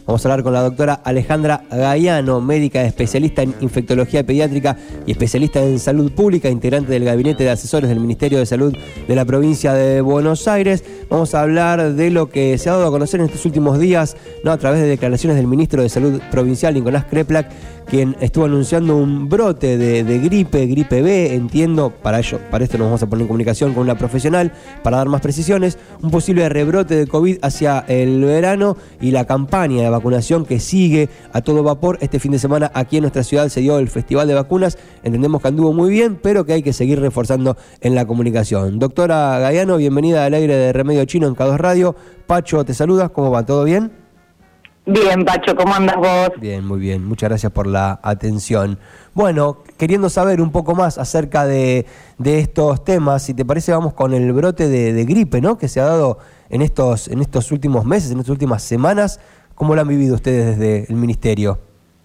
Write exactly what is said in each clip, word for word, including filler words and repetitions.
Vamos a hablar con la doctora Alejandra Gaiano, médica especialista en infectología pediátrica y especialista en salud pública, integrante del gabinete de asesores del Ministerio de Salud de la provincia de Buenos Aires. Vamos a hablar de lo que se ha dado a conocer en estos últimos días, ¿no?, a través de declaraciones del ministro de Salud provincial, Nicolás Kreplak, quien estuvo anunciando un brote de, de gripe, gripe B, entiendo, para ello, para esto nos vamos a poner en comunicación con una profesional para dar más precisiones, un posible rebrote de COVID hacia el verano y la campaña de vacunación que sigue a todo vapor. Este fin de semana aquí en nuestra ciudad se dio el Festival de Vacunas, entendemos que anduvo muy bien, pero que hay que seguir reforzando en la comunicación. Doctora Gaiano, bienvenida al aire de Remedio Chino en K dos Radio. Pacho te saluda, ¿cómo va? ¿Todo bien? Bien, Pacho, ¿cómo andas vos? Bien, muy bien, muchas gracias por la atención. Bueno, queriendo saber un poco más acerca de, de estos temas, si te parece vamos con el brote de, de gripe, ¿no?, que se ha dado en estos, en estos últimos meses, en estas últimas semanas. ¿Cómo lo han vivido ustedes desde el Ministerio?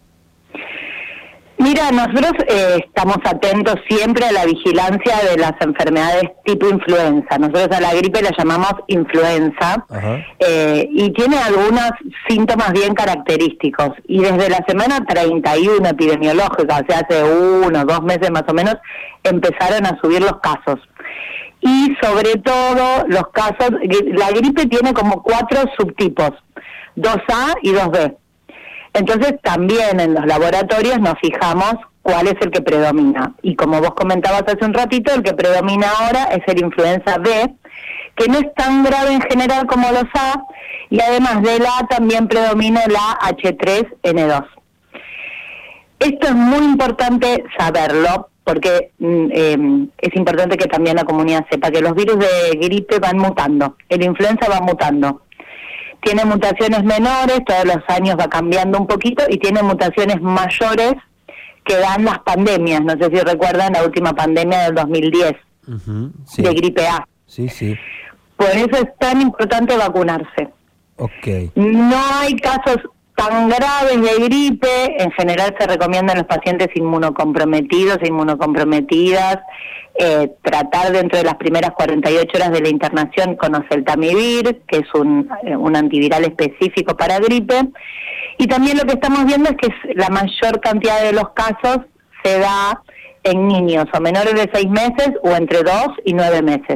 Mira, nosotros eh, estamos atentos siempre a la vigilancia de las enfermedades tipo influenza. Nosotros a la gripe la llamamos influenza eh, y tiene algunos síntomas bien característicos. Y desde la semana treinta y uno epidemiológica, o sea, hace uno, dos meses más o menos, empezaron a subir los casos. Y sobre todo los casos, la gripe tiene como cuatro subtipos, dos A y dos B. Entonces también en los laboratorios nos fijamos cuál es el que predomina. Y como vos comentabas hace un ratito, el que predomina ahora es el influenza B, que no es tan grave en general como los A, y además del A también predomina la H tres N dos. Esto es muy importante saberlo, porque eh, es importante que también la comunidad sepa que los virus de gripe van mutando, el influenza va mutando. Tiene mutaciones menores, todos los años va cambiando un poquito, y tiene mutaciones mayores que dan las pandemias. No sé si recuerdan la última pandemia del dos mil diez, uh-huh, sí. de gripe A. Sí, sí. Por eso es tan importante vacunarse. Okay. No hay casos tan graves de gripe, en general se recomiendan a los pacientes inmunocomprometidos e inmunocomprometidas eh, tratar dentro de las primeras cuarenta y ocho horas de la internación con oseltamivir, que es un, un antiviral específico para gripe. Y también lo que estamos viendo es que la mayor cantidad de los casos se da en niños o menores de seis meses o entre dos y nueve meses.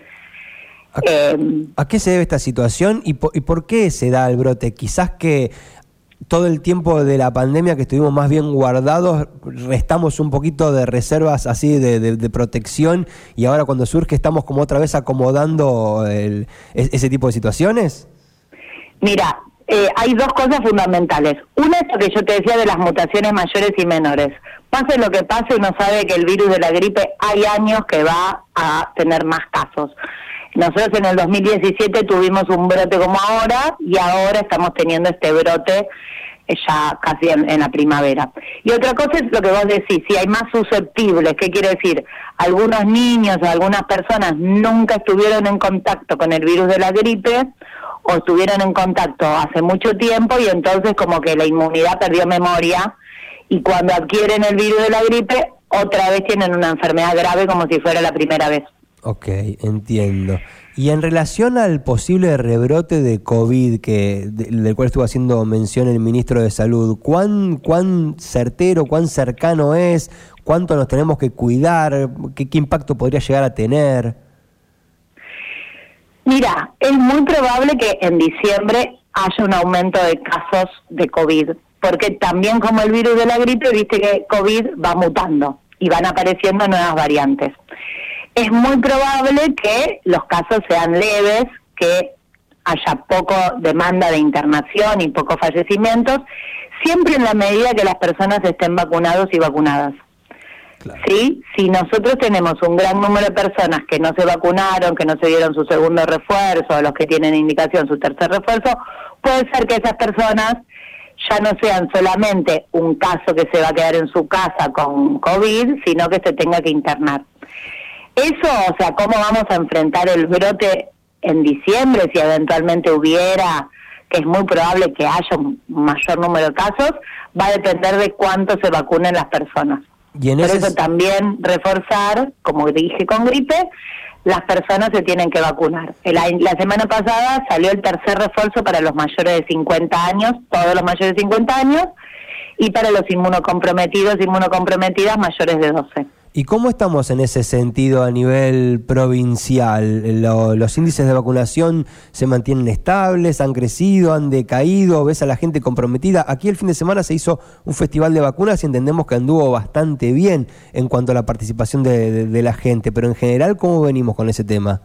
¿A, eh, ¿A qué se debe esta situación y por, y por qué se da el brote? Quizás que todo el tiempo de la pandemia que estuvimos más bien guardados, restamos un poquito de reservas así de, de, de protección, y ahora cuando surge estamos como otra vez acomodando el, ese tipo de situaciones. Mira, eh, hay dos cosas fundamentales. Una es lo que yo te decía de las mutaciones mayores y menores. Pase lo que pase, uno sabe que el virus de la gripe hay años que va a tener más casos. Nosotros en el dos mil diecisiete tuvimos un brote como ahora, y ahora estamos teniendo este brote ya casi en, en la primavera. Y otra cosa es lo que vos decís, si hay más susceptibles. ¿Qué quiere decir? Algunos niños o algunas personas nunca estuvieron en contacto con el virus de la gripe, o estuvieron en contacto hace mucho tiempo, y entonces como que la inmunidad perdió memoria, y cuando adquieren el virus de la gripe, otra vez tienen una enfermedad grave como si fuera la primera vez. Ok, entiendo. Y en relación al posible rebrote de COVID, que de, del cual estuvo haciendo mención el ministro de Salud, ¿cuán, cuán certero, cuán cercano es? ¿Cuánto nos tenemos que cuidar? ¿Qué, qué impacto podría llegar a tener? Mira, es muy probable que en diciembre haya un aumento de casos de COVID, porque también como el virus de la gripe, viste que COVID va mutando y van apareciendo nuevas variantes. Es muy probable que los casos sean leves, que haya poco demanda de internación y pocos fallecimientos, siempre en la medida que las personas estén vacunados y vacunadas. Claro. ¿Sí? Si nosotros tenemos un gran número de personas que no se vacunaron, que no se dieron su segundo refuerzo, los que tienen indicación su tercer refuerzo, puede ser que esas personas ya no sean solamente un caso que se va a quedar en su casa con COVID, sino que se tenga que internar. Eso, o sea, cómo vamos a enfrentar el brote en diciembre, si eventualmente hubiera, que es muy probable que haya un mayor número de casos, va a depender de cuánto se vacunen las personas. Y en Por ese... eso también reforzar, como dije con gripe, las personas se tienen que vacunar. La, la semana pasada salió el tercer refuerzo para los mayores de cincuenta años, todos los mayores de cincuenta años, y para los inmunocomprometidos, inmunocomprometidas mayores de doce. ¿Y cómo estamos en ese sentido a nivel provincial? Lo, ¿Los índices de vacunación se mantienen estables, han crecido, han decaído? ¿Ves a la gente comprometida? Aquí el fin de semana se hizo un festival de vacunas y entendemos que anduvo bastante bien en cuanto a la participación de, de, de la gente, pero en general, ¿cómo venimos con ese tema?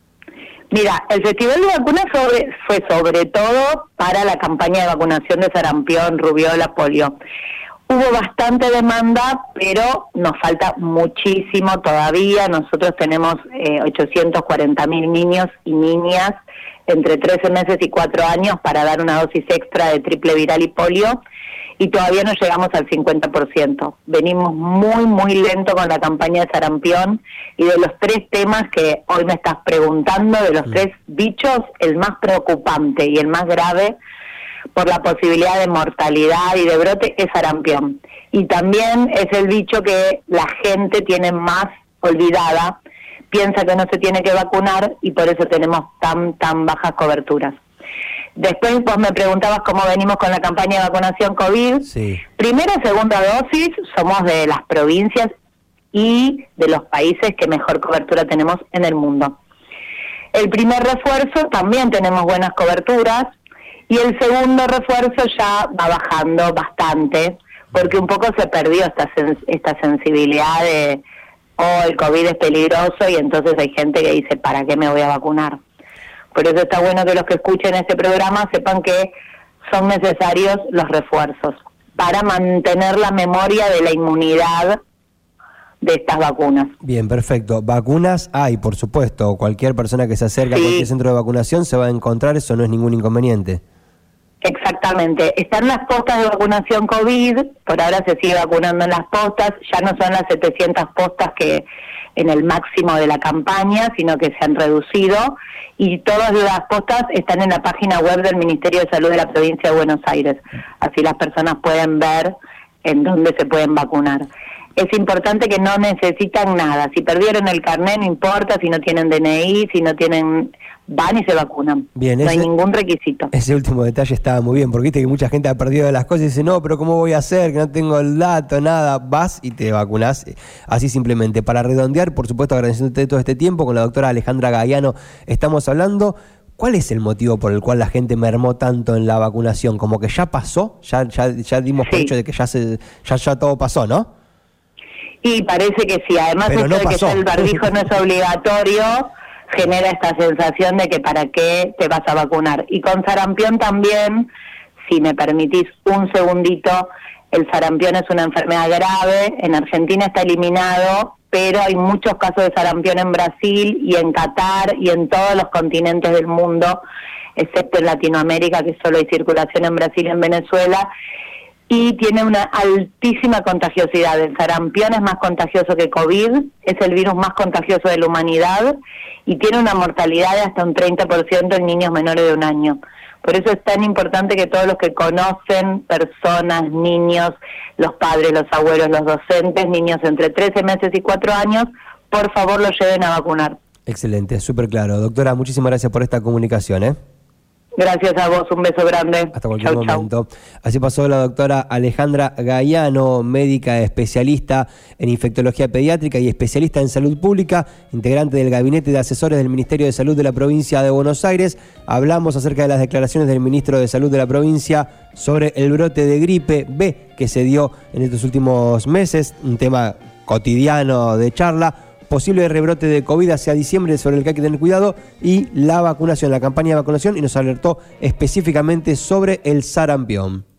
Mira, el festival de vacunas sobre, fue sobre todo para la campaña de vacunación de sarampión, rubiola, polio. Hubo bastante demanda, pero nos falta muchísimo todavía. Nosotros tenemos eh, ochocientos cuarenta mil niños y niñas entre trece meses y cuatro años para dar una dosis extra de triple viral y polio, y todavía no llegamos al cincuenta por ciento. Venimos muy, muy lento con la campaña de sarampión, y de los tres temas que hoy me estás preguntando, de los mm. tres bichos, el más preocupante y el más grave por la posibilidad de mortalidad y de brote es sarampión. Y también es el bicho que la gente tiene más olvidada, piensa que no se tiene que vacunar y por eso tenemos tan tan bajas coberturas. Después vos me preguntabas cómo venimos con la campaña de vacunación COVID. Sí. Primera y segunda dosis, somos de las provincias y de los países que mejor cobertura tenemos en el mundo. El primer refuerzo también tenemos buenas coberturas, y el segundo refuerzo ya va bajando bastante, porque un poco se perdió esta sen- esta sensibilidad de, oh, el COVID es peligroso, y entonces hay gente que dice, ¿para qué me voy a vacunar? Por eso está bueno que los que escuchen este programa sepan que son necesarios los refuerzos para mantener la memoria de la inmunidad de estas vacunas. Bien, perfecto. Vacunas hay, por supuesto. Cualquier persona que se acerque sí. a cualquier centro de vacunación se va a encontrar, eso no es ningún inconveniente. Exactamente. Están las postas de vacunación COVID, por ahora se sigue vacunando en las postas, ya no son las setecientas postas que en el máximo de la campaña, sino que se han reducido, y todas las postas están en la página web del Ministerio de Salud de la Provincia de Buenos Aires, así las personas pueden ver en dónde se pueden vacunar. Es importante que no necesitan nada, si perdieron el carnet no importa, si no tienen D N I, si no tienen... van y se vacunan. Bien, no ese, hay ningún requisito. Ese último detalle estaba muy bien, porque viste que mucha gente ha perdido las cosas y dice, no, pero ¿cómo voy a hacer? Que no tengo el dato, nada. Vas y te vacunás, así simplemente. Para redondear, por supuesto, agradeciéndote todo este tiempo, con la doctora Alejandra Gaiano estamos hablando. ¿Cuál es el motivo por el cual la gente mermó tanto en la vacunación? Como que ya pasó, ya ya, ya dimos por sí. hecho de que ya, se, ya ya todo pasó, ¿no? Y parece que sí, además pero esto no de que ya el barbijo no es obligatorio genera esta sensación de que para qué te vas a vacunar. Y con sarampión también, si me permitís un segundito, el sarampión es una enfermedad grave, en Argentina está eliminado, pero hay muchos casos de sarampión en Brasil y en Qatar y en todos los continentes del mundo, excepto en Latinoamérica, que solo hay circulación en Brasil y en Venezuela, y tiene una altísima contagiosidad. El sarampión es más contagioso que COVID, es el virus más contagioso de la humanidad y tiene una mortalidad de hasta un treinta por ciento en niños menores de un año. Por eso es tan importante que todos los que conocen personas, niños, los padres, los abuelos, los docentes, niños entre trece meses y cuatro años, por favor los lleven a vacunar. Excelente, súper claro. Doctora, muchísimas gracias por esta comunicación, ¿eh? Gracias a vos, un beso grande. Hasta cualquier chau, momento. Chau. Así pasó la doctora Alejandra Gaiano, médica especialista en infectología pediátrica y especialista en salud pública, integrante del gabinete de asesores del Ministerio de Salud de la Provincia de Buenos Aires. Hablamos acerca de las declaraciones del ministro de Salud de la provincia sobre el brote de gripe B que se dio en estos últimos meses, un tema cotidiano de charla. Posible rebrote de COVID hacia diciembre sobre el que hay que tener cuidado, y la vacunación, la campaña de vacunación, y nos alertó específicamente sobre el sarampión.